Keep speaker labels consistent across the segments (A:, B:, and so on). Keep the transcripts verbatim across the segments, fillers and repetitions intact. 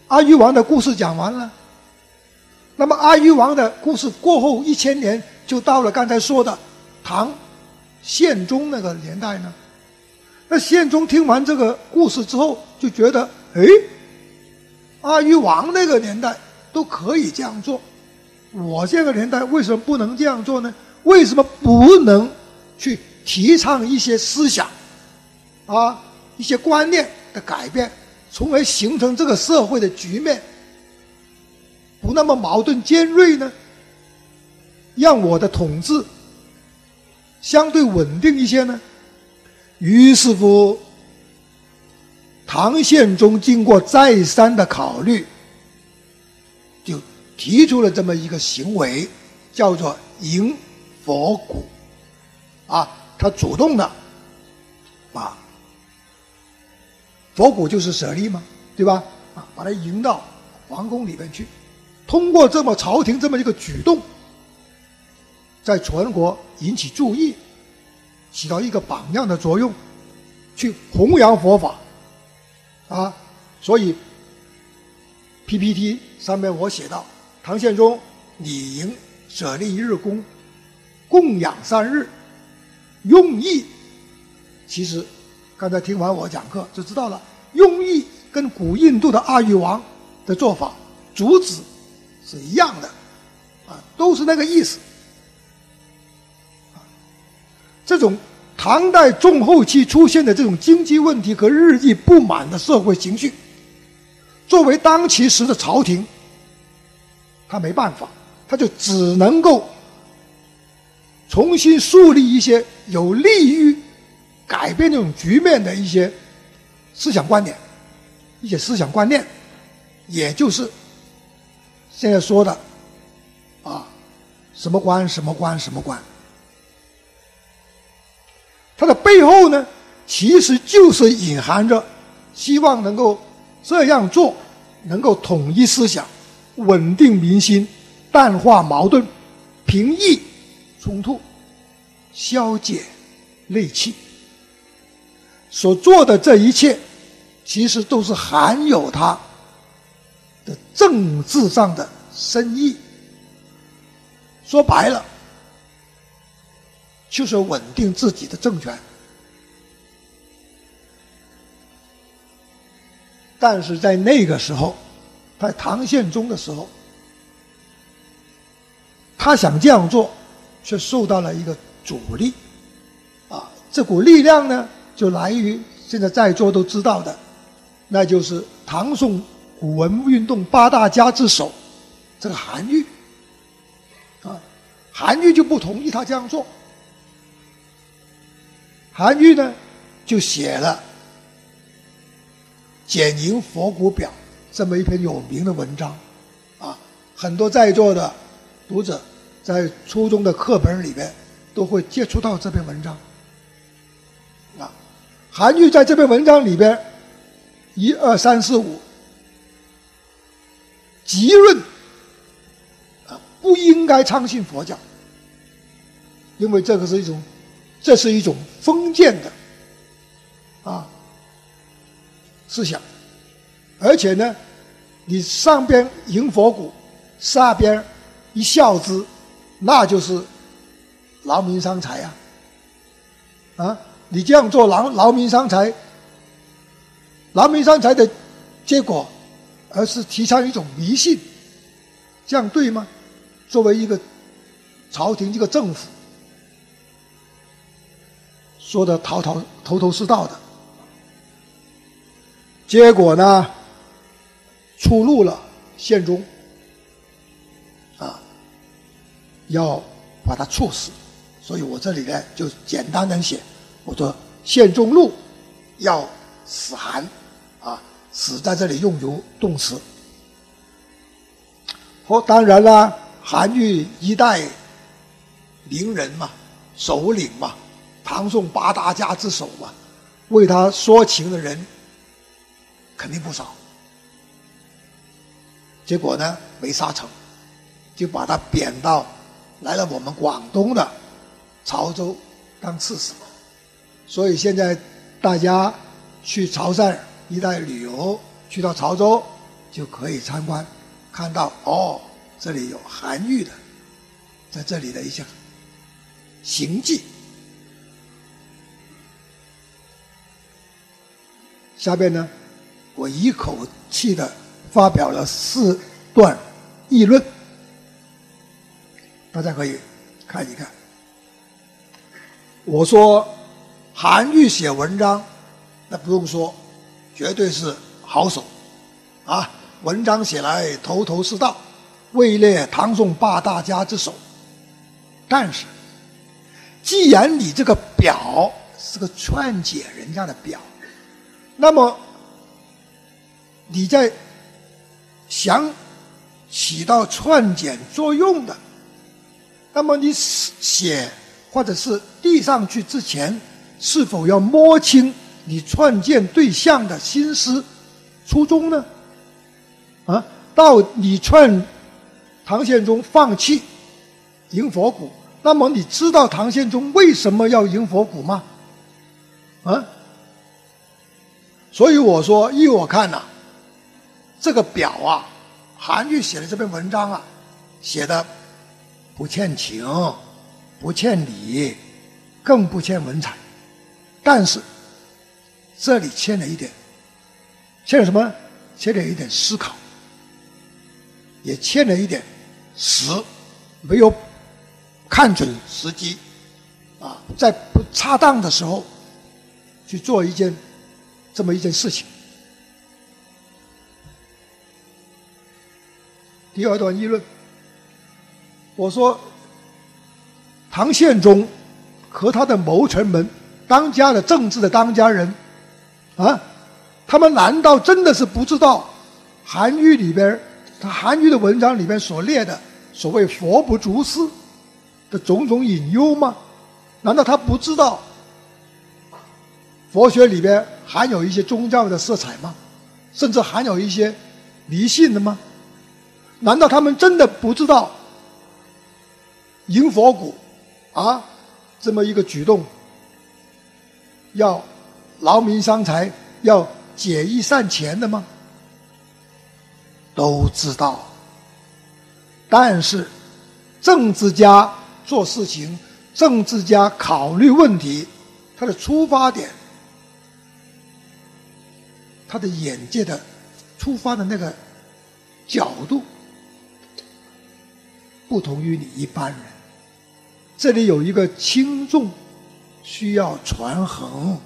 A: 阿育王的故事讲完了，那么阿育王的故事过后一千年，就到了刚才说的唐宪宗那个年代呢。那宪宗听完这个故事之后，就觉得，哎，阿育王那个年代都可以这样做，我这个年代为什么不能这样做呢？为什么不能去提倡一些思想啊，一些观念的改变，从而形成这个社会的局面不那么矛盾尖锐呢？让我的统治相对稳定一些呢？于是乎，唐宪宗经过再三的考虑，就提出了这么一个行为，叫做迎佛骨啊，他主动的把佛骨就是舍利嘛，对吧？啊，把它迎到皇宫里面去，通过这么朝廷这么一个举动，在全国引起注意，起到一个榜样的作用，去弘扬佛法啊。所以 P P T 上面我写到，唐宪宗礼迎舍利一日功，供养三日，用意其实刚才听完我讲课就知道了，用意跟古印度的阿育王的做法主旨是一样的啊，都是那个意思。这种唐代中后期出现的这种经济问题和日益不满的社会情绪，作为当其时的朝廷，他没办法，他就只能够重新树立一些有利于改变这种局面的一些思想观点，一些思想观念，也就是现在说的啊，什么观什么观什么观。它的背后呢，其实就是隐含着希望能够这样做，能够统一思想，稳定民心，淡化矛盾，平抑冲突，消解戾气。所做的这一切，其实都是含有它的政治上的深意。说白了，就是稳定自己的政权。但是在那个时候，在唐宪宗的时候，他想这样做，却受到了一个阻力啊！这股力量呢，就来于现在在座都知道的，那就是唐宋古文运动八大家之首这个韩愈啊。韩愈就不同意他这样做，韩愈呢就写了《简迎佛骨表》这么一篇有名的文章啊，很多在座的读者在初中的课本里面都会接触到这篇文章啊。韩愈在这篇文章里边一二三四五极论啊，不应该昌信佛教，因为这个是一种这是一种封建的啊思想，而且呢，你上边迎佛骨，下边一孝之，那就是劳民伤财啊！啊，你这样做劳劳民伤财，劳民伤财的结果，而是提倡一种迷信，这样对吗？作为一个朝廷、一个政府，说的头头头头是道的。结果呢，出入了宪宗啊，要把他处死。所以我这里呢就简单的写，我说宪宗怒要死韩啊，死在这里用有动词。哦，当然啦，韩愈一代名人嘛，首领嘛，唐宋八大家之首嘛，为他说情的人肯定不少。结果呢没杀成，就把他贬到来了我们广东的潮州当刺史。所以现在大家去潮汕一带旅游，去到潮州， 就可以参观，看到哦，这里有韩愈的在这里的一些行迹。下边呢，我一口气的发表了四段议论，大家可以看一看。我说韩愈写文章，那不用说，绝对是好手啊！文章写来头头是道，位列唐宋八大家之首。但是，既然你这个表是个劝解人家的表，那么你在想起到劝解作用的，那么你写或者是递上去之前，是否要摸清你劝谏对象的心思初衷呢？啊，到你劝唐宪宗放弃迎佛骨，那么你知道唐宪宗为什么要迎佛骨吗？啊，所以我说，依我看呐、啊，这个表啊，韩愈写的这篇文章啊，写的不欠情，不欠理，更不欠文采，但是这里欠了一点，欠了什么？欠了一点思考，也欠了一点时，没有看准时机啊，在不恰当的时候去做一件这么一件事情。第二段议论，我说唐宪宗和他的谋臣们，当家的政治的当家人啊，他们难道真的是不知道韩愈里边，他韩愈的文章里边所列的所谓佛不足思的种种隐忧吗？难道他不知道佛学里边含有一些宗教的色彩吗？甚至含有一些迷信的吗？难道他们真的不知道迎佛骨啊这么一个举动，要劳民伤财，要解义散钱的吗？都知道。但是政治家做事情，政治家考虑问题，他的出发点，他的眼界的出发的那个角度不同于你一般人，这里有一个轻重需要权衡。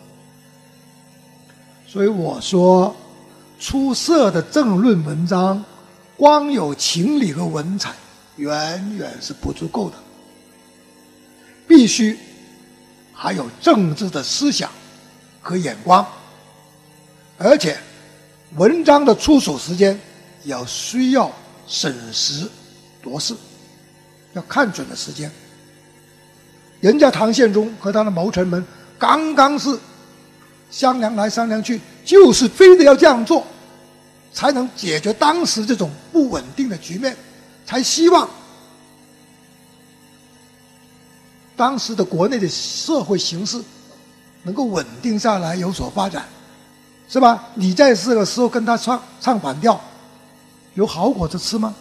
A: 所以我说，出色的政论文章光有情理和文采远远是不足够的，必须还有政治的思想和眼光，而且文章的出手时间也要需要审时度势，要看准了时间。人家唐宪宗和他的谋臣们刚刚是商量来商量去，就是非得要这样做，才能解决当时这种不稳定的局面，才希望当时的国内的社会形势能够稳定下来，有所发展，是吧？你在这个时候跟他唱唱反调，有好果子吃吗？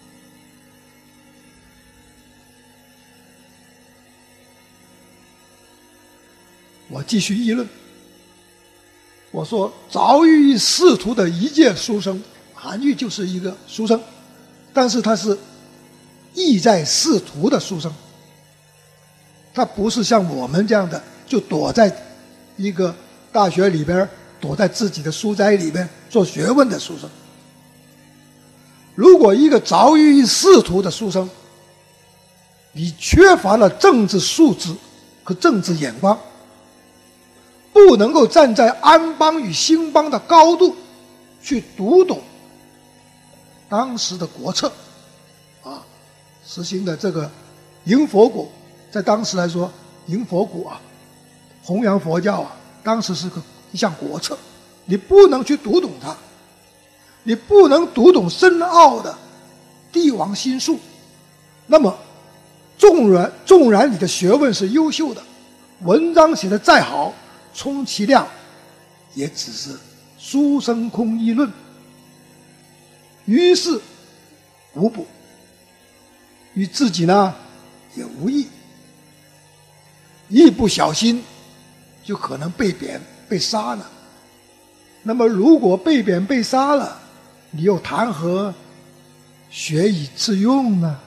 A: 我继续议论，我说早于仕途的一介书生，韩愈就是一个书生，但是他是意在仕途的书生，他不是像我们这样的就躲在一个大学里边，躲在自己的书斋里边做学问的书生。如果一个早于仕途的书生，你缺乏了政治素质和政治眼光，不能够站在安邦与兴邦的高度去读懂当时的国策啊，实行的这个迎佛骨，在当时来说，迎佛骨啊，弘扬佛教啊，当时是个一项国策，你不能去读懂它，你不能读懂深奥的帝王心术，那么纵然纵然你的学问是优秀的，文章写得再好，充其量也只是书生空议论。 于事无补，与自己呢也无益，一不小心就可能被贬被杀了。那么如果被贬被杀了，你又谈何学以致用呢？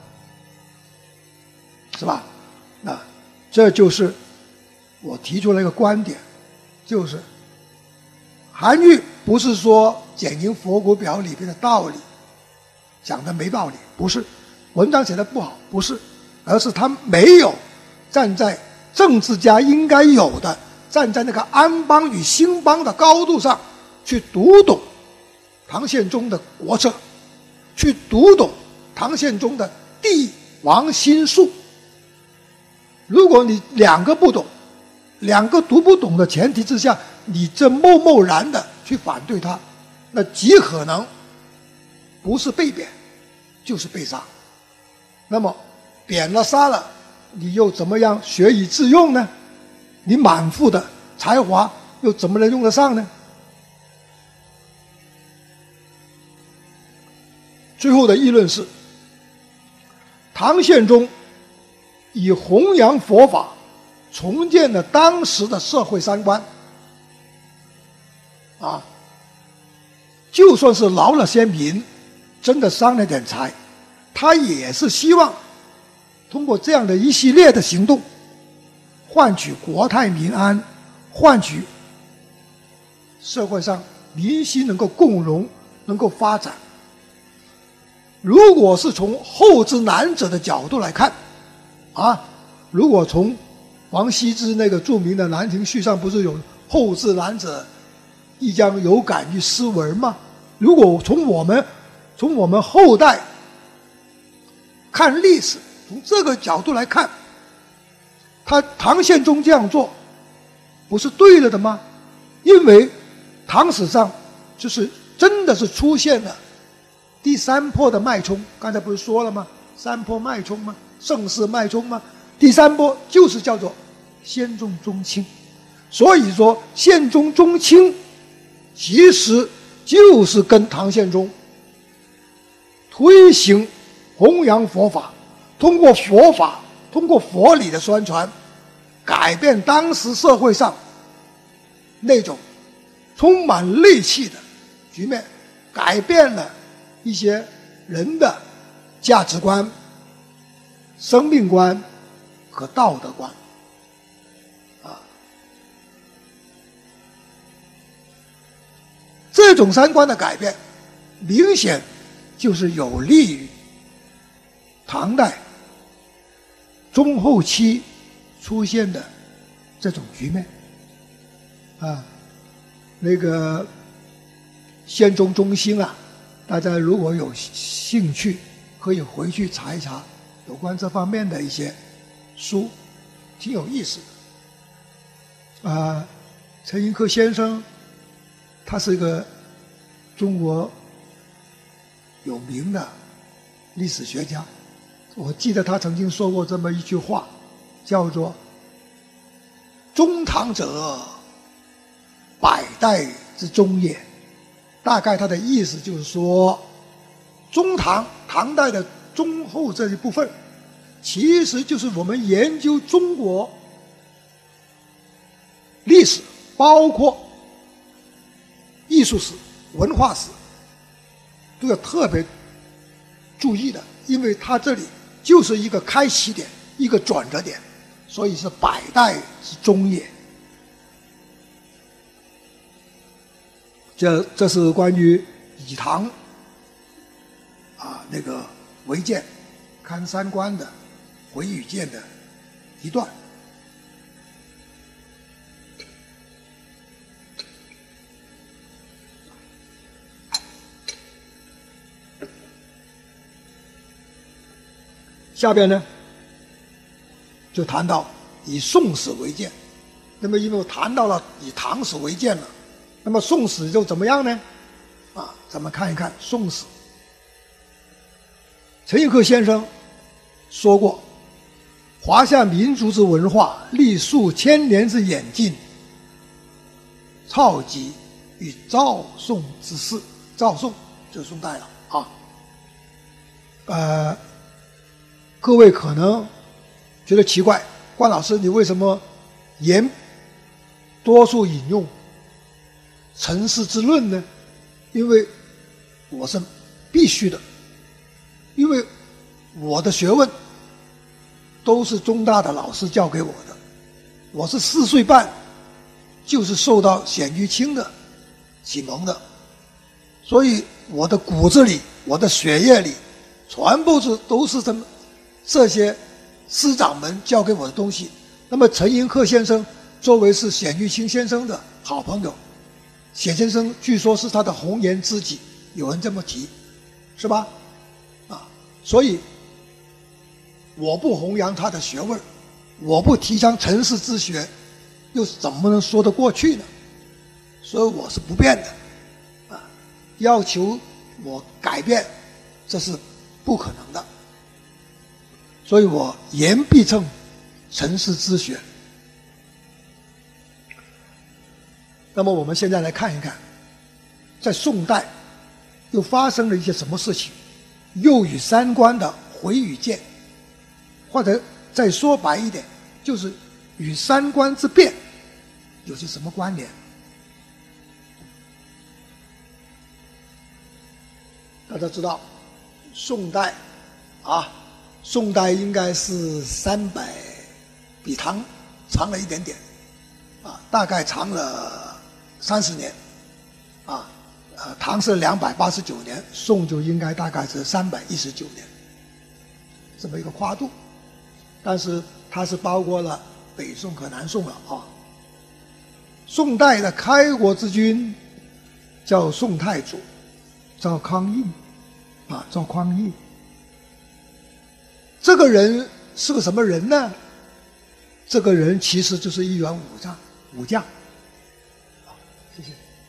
A: 是吧？那这就是我提出了一个观点，就是韩愈不是说简明佛骨表里边的道理讲的没道理，不是文章写的不好，不是，而是他没有站在政治家应该有的，站在那个安邦与兴邦的高度上去读懂唐宪宗的国策，去读懂唐宪宗的帝王心术。如果你两个不懂，两个读不懂的前提之下，你这贸贸然的去反对他，那极可能不是被贬就是被杀。那么贬了杀了，你又怎么样学以致用呢？你满腹的才华又怎么能用得上呢？最后的议论是，唐宪宗以弘扬佛法重建了当时的社会三观啊，就算是劳了些民，真的伤了点财，他也是希望通过这样的一系列的行动换取国泰民安，换取社会上民心能够共荣，能够发展。如果是从后之难者的角度来看啊，如果从王羲之那个著名的《兰亭序》上不是有后之难者亦将有感于斯文吗？如果从我们从我们后代看历史，从这个角度来看，他唐宪宗这样做不是对了的吗？因为唐史上就是真的是出现了第三波的脉冲，刚才不是说了吗？三波脉冲吗？盛世脉冲吗？第三波就是叫做宪宗中兴。所以说宪宗中兴其实就是跟唐宪宗推行弘扬佛法，通过佛法，通过佛理的宣传，改变当时社会上那种充满戾气的局面，改变了一些人的价值观、生命观和道德观啊。这种三观的改变明显就是有利于唐代中后期出现的这种局面啊。那个宪宗中兴啊，大家如果有兴趣可以回去查一查有关这方面的一些书，挺有意思的啊。陈寅恪先生他是一个中国有名的历史学家，我记得他曾经说过这么一句话，叫做中唐者百代之中也。大概他的意思就是说，中唐唐代的中后这一部分其实就是我们研究中国历史，包括艺术史、文化史都要特别注意的，因为它这里就是一个开启点，一个转折点，所以是百代之中也。这这是关于以唐啊那个为鉴看三观的回语鉴的一段。下边呢就谈到以宋史为鉴。那么因为我谈到了以唐史为鉴了，那么宋史就怎么样呢？啊，咱们看一看宋史。陈寅恪先生说过，华夏民族之文化历数千年之演进，操集与赵宋之事。赵宋就是宋代了啊。呃，各位可能觉得奇怪，关老师，你为什么沿多数引用陈氏之论呢？因为我是必须的，因为我的学问都是中大的老师教给我的，我是四岁半就是受到冼玉清的启蒙的，所以我的骨子里，我的血液里全部是都是这么这些师长们教给我的东西。那么陈寅恪先生作为是冼玉清先生的好朋友，冼先生据说是他的红颜知己，有人这么提，是吧？啊，所以我不弘扬他的学问，我不提倡陈氏之学，又怎么能说得过去呢？所以我是不变的，啊，要求我改变，这是不可能的。所以我言必称陈氏之学。那么我们现在来看一看，在宋代又发生了一些什么事情，又与三观的回与见，或者再说白一点，就是与三观之变有些什么关联。大家知道宋代啊，宋代应该是三百比唐长了一点点啊，大概长了三十年啊，呃，唐是两百八十九年，宋就应该大概是三百一十九年，这么一个跨度，但是它是包括了北宋和南宋了啊。宋代的开国之君叫宋太祖赵匡胤啊，赵匡胤。这个人是个什么人呢？这个人其实就是一员武将，武将。好，谢谢。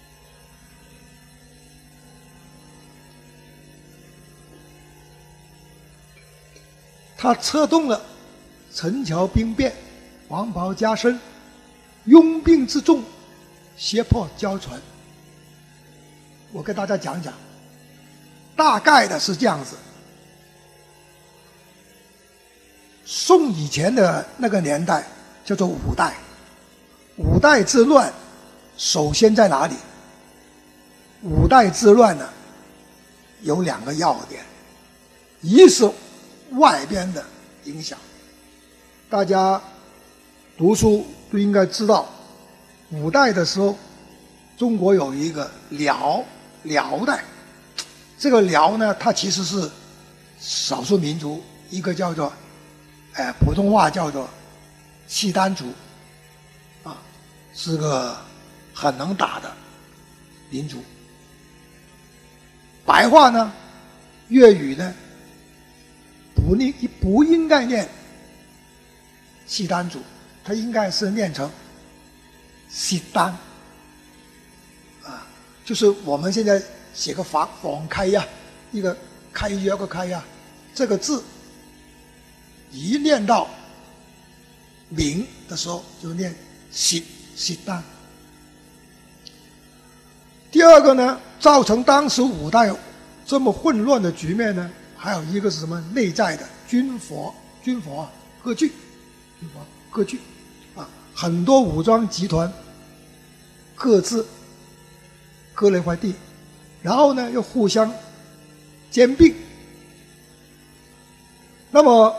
A: 他策动了陈桥兵变，黄袍加身，拥兵自重，胁迫交传。我跟大家讲讲，大概的是这样子。宋以前的那个年代叫做五代，五代之乱首先在哪里？五代之乱呢，有两个要点，一是外边的影响，大家读书都应该知道，五代的时候，中国有一个辽辽代，这个辽呢，它其实是少数民族，一个叫做哎，普通话叫做契丹族，啊，是个很能打的民族。白话呢，粤语呢，不应不应该念契丹族，它应该是念成契丹，啊，就是我们现在写个房房开呀，一个开约个开呀，这个字。一念到明的时候，就念契契丹。第二个呢，造成当时五代这么混乱的局面呢，还有一个是什么？内在的军阀，军阀啊，割据，军阀割据啊，很多武装集团各自割了一块地，然后呢又互相兼并。那么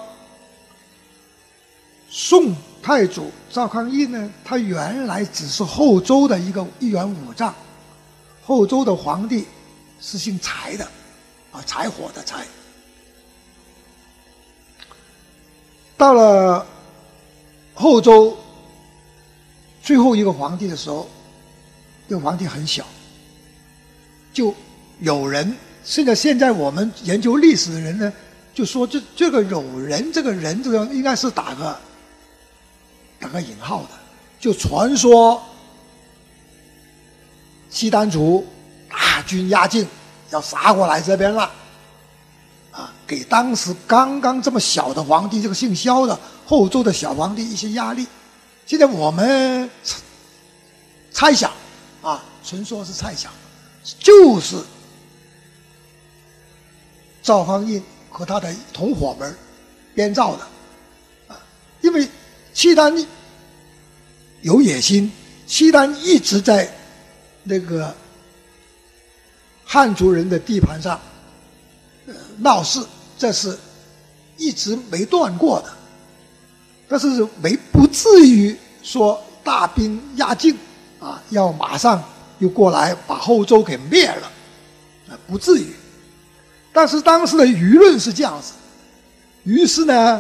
A: 宋太祖赵匡胤呢，他原来只是后周的一个一员武将，后周的皇帝是姓柴的，啊，柴火的柴。到了后周最后一个皇帝的时候，这个皇帝很小，就有人现在现在我们研究历史的人呢，就说这这个有人这个人这个应该是打个打个引号的，就传说契丹族大军压境要杀过来这边了，啊，给当时刚刚这么小的皇帝，这个姓萧的后周的小皇帝一些压力。现在我们猜想啊，纯说是猜想，就是赵匡胤和他的同伙们编造的啊，因为契丹有野心，契丹一直在那个汉族人的地盘上呃闹事，这是一直没断过的，但是没不至于说大兵压境啊，要马上就过来把后周给灭了，啊，不至于。但是当时的舆论是这样子，于是呢，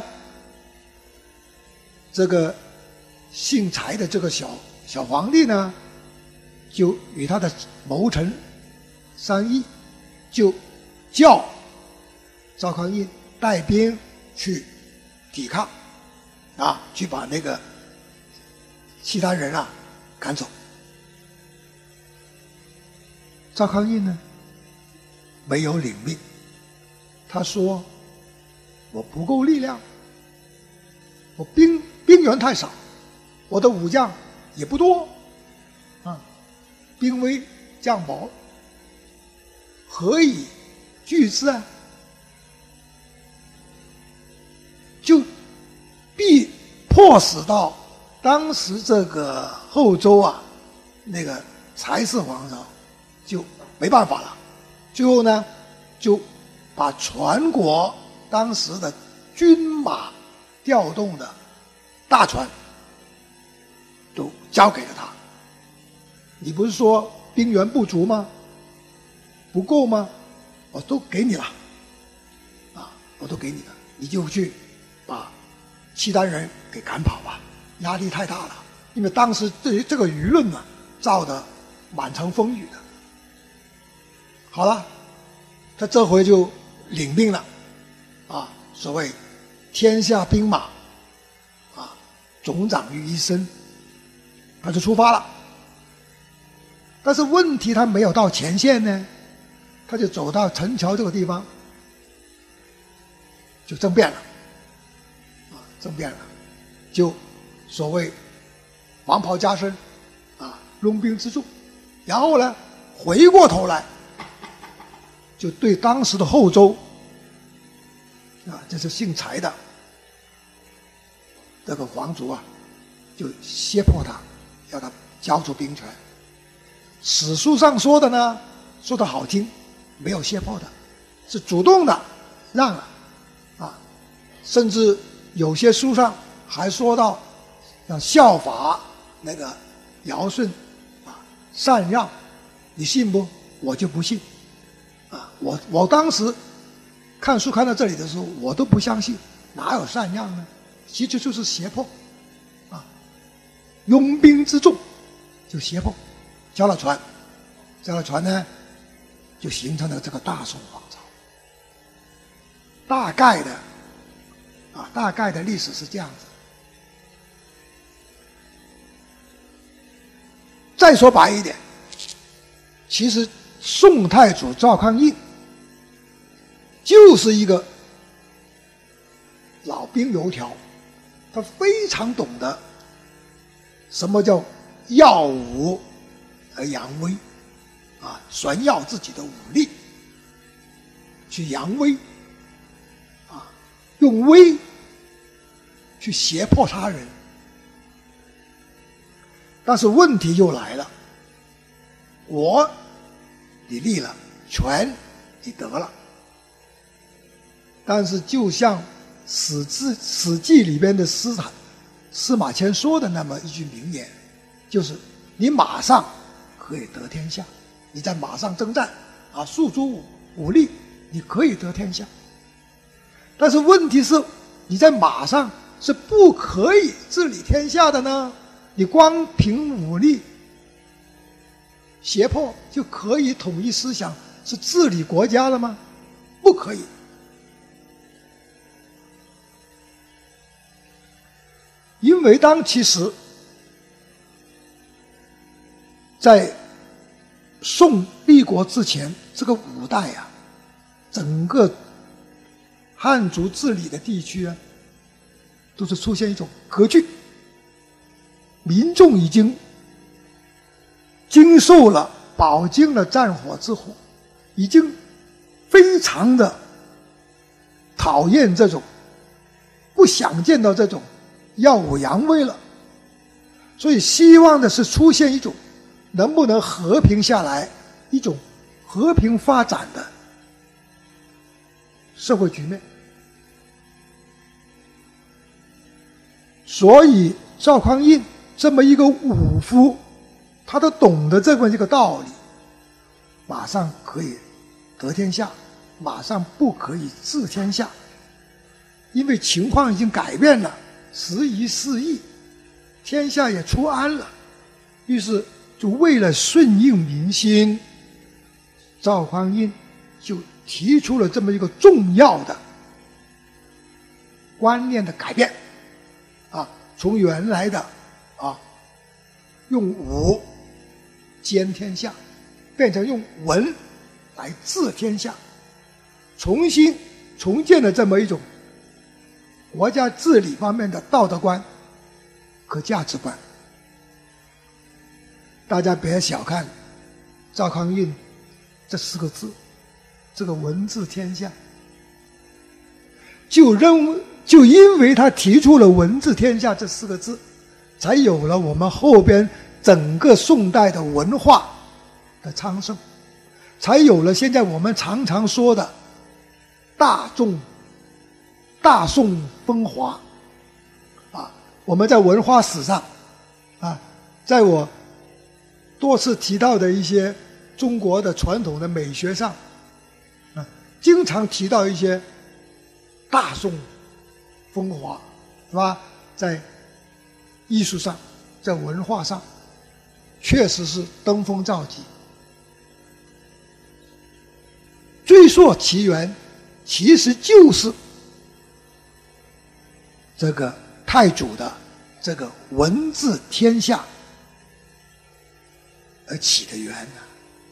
A: 这个姓柴的这个小小皇帝呢，就与他的谋臣商议，就叫赵匡胤带兵去抵抗，啊，去把那个契丹人啊赶走。赵匡胤呢，没有领命，他说：“我不够力量，我兵兵员太少，我的武将也不多，啊，兵微将薄，何以拒之啊？”就必迫使到当时这个后周啊，那个柴氏王朝就没办法了，最后呢，就把全国当时的军马调动的大船都交给了他。你不是说兵源不足吗？不够吗？我都给你了，啊，我都给你了，你就去把契丹人给赶跑吧，压力太大了。因为当时对于这个舆论呢，造得满城风雨的。好了，他这回就领命了，啊，所谓天下兵马，啊，总长于一身，他就出发了。但是问题他没有到前线呢，他就走到陈桥这个地方，就政变了，啊，政变了，就所谓黄袍加身，啊，拥兵自重，然后呢，回过头来，就对当时的后周，啊，这是姓柴的这个皇族啊，就胁迫他，要他交出兵权。史书上说的呢，说的好听，没有胁迫的，是主动的让了，啊，甚至有些书上还说到要效法那个尧舜，啊，禅让，你信不？我就不信，啊，我我当时看书看到这里的时候，我都不相信，哪有禅让呢？其实就是胁迫，啊，拥兵自重，就胁迫。交了船，交了船呢，就形成了这个大宋王朝。大概的，啊，大概的历史是这样子。再说白一点，其实宋太祖赵匡胤就是一个老兵油条，他非常懂得什么叫耀武而扬威，啊，炫耀自己的武力，去扬威，啊，用威去胁迫他人。但是问题又来了，国你立了，权你得了，但是就像史记史记里边的司马司马迁说的那么一句名言，就是你马上可以得天下，你在马上征战啊，诉诸武武力，你可以得天下。但是问题是，你在马上是不可以治理天下的呢？你光凭武力胁迫就可以统一思想，是治理国家了吗？不可以。因为当其时在宋立国之前，这个五代啊，整个汉族治理的地区啊，都是出现一种割据，民众已经经受了饱经了战火之苦，已经非常的讨厌这种，不想见到这种耀武扬威了，所以希望的是出现一种能不能和平下来，一种和平发展的社会局面。所以赵匡胤这么一个武夫，他都懂得这么一个道理，马上可以得天下，马上不可以治天下，因为情况已经改变了，时移世易，天下也出安了，于是就为了顺应民心，赵匡胤就提出了这么一个重要的观念的改变啊，从原来的啊用武兼天下，变成用文来治天下，重新重建了这么一种国家治理方面的道德观和价值观。大家别小看赵匡胤这四个字，这个文治天下，就认就因为他提出了文治天下这四个字，才有了我们后边整个宋代的文化的昌盛，才有了现在我们常常说的大众大宋风华啊。我们在文化史上啊，在我多次提到的一些中国的传统的美学上啊，经常提到一些大宋风华，是吧？在艺术上，在文化上，确实是登峰造极。追溯其源，其实就是这个太祖的这个文治天下而起的源呢。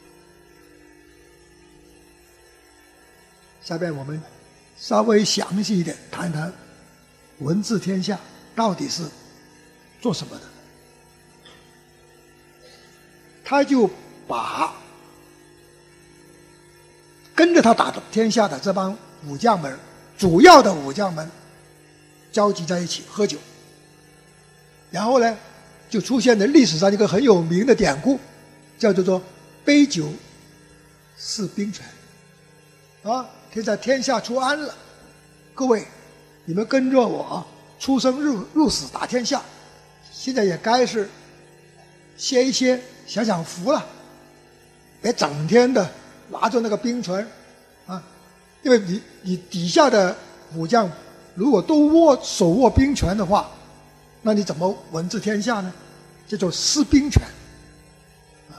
A: 下面我们稍微详细一点谈谈文治天下到底是做什么的。他就把跟着他打天下的这帮武将们，主要的武将们召集在一起喝酒，然后呢就出现了历史上一个很有名的典故，叫做杯酒释兵权啊，现在天下出安了，各位你们跟着我出生入入死打天下，现在也该是歇一歇享享福了，别整天的拿着那个兵权啊，因为你你底下的武将如果都握手握兵权的话，那你怎么文治天下呢？这就释兵权啊，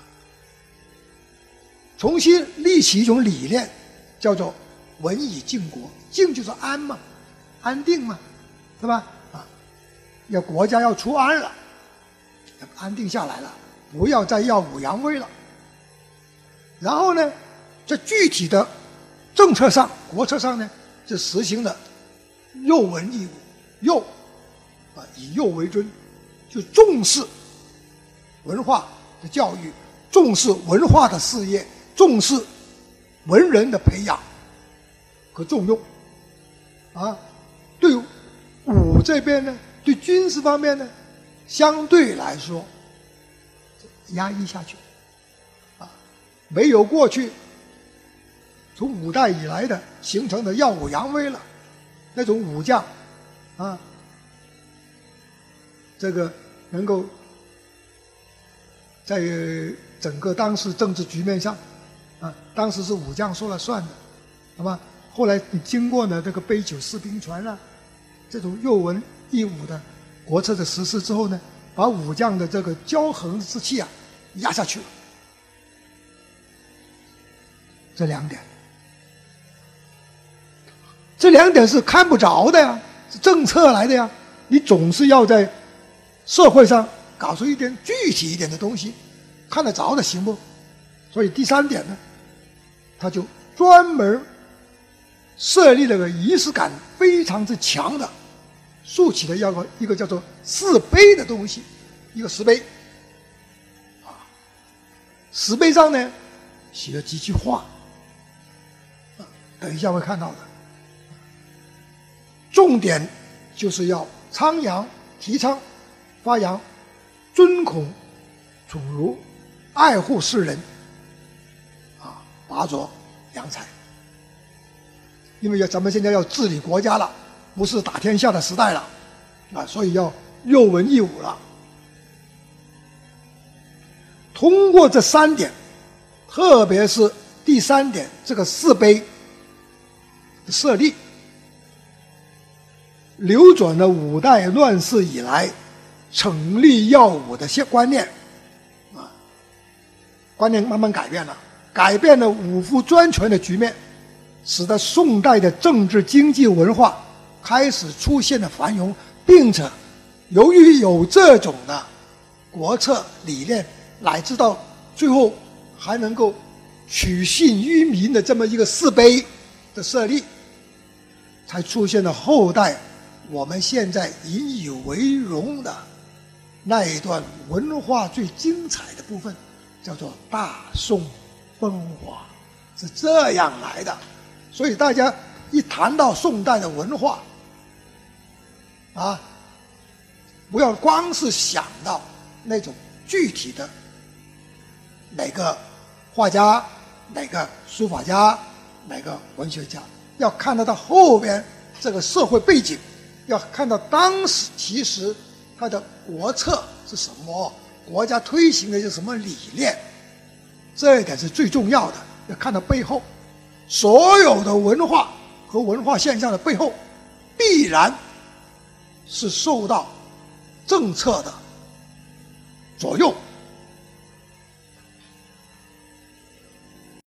A: 重新立起一种理念，叫做文以靖国。靖就是安嘛，安定嘛，对吧？啊，要国家要出安了，要安定下来了，不要再耀武扬威了。然后呢，在具体的政策上、国策上呢，就实行了幼文义武，幼啊以幼为尊，就重视文化的教育，重视文化的事业，重视文人的培养和重用啊。对武这边呢，对军事方面呢，相对来说压抑下去啊，没有过去从五代以来的形成的耀武扬威了。那种武将啊，这个能够在整个当时政治局面上啊，当时是武将说了算的，好吧？后来你经过呢这个杯酒释兵权啊，这种幼文义武的国策的实施之后呢，把武将的这个骄横之气啊压下去了。这两点，这两点是看不着的呀，是政策来的呀。你总是要在社会上搞出一点具体一点的东西，看得着的，行不？所以第三点呢，他就专门设立了个仪式感非常之强的，竖起了要个一个叫做石碑的东西，一个石碑啊，石碑上呢写了几句话，啊，等一下会看到的。 重点就是要倡扬、提倡、发扬尊孔、宠儒、爱护世人，啊，拔擢良才。因为要咱们现在要治理国家了，不是打天下的时代了，啊，所以要幼文抑武了。通过这三点，特别是第三点这个四碑的设立，扭转了五代乱世以来惩吏要武的些观念，啊，观念慢慢改变了，改变了武夫专权的局面，使得宋代的政治、经济、文化开始出现了繁荣，并且由于有这种的国策理念，乃至到最后还能够取信于民的这么一个四碑的设立，才出现了后代我们现在引以为荣的那一段文化最精彩的部分，叫做大宋风华，是这样来的。所以大家一谈到宋代的文化啊，不要光是想到那种具体的哪个画家、哪个书法家、哪个文学家，要看得到后边这个社会背景，要看到当时其实它的国策是什么，国家推行的是什么理念，这一点是最重要的。要看到背后所有的文化和文化现象的背后，必然是受到政策的左右。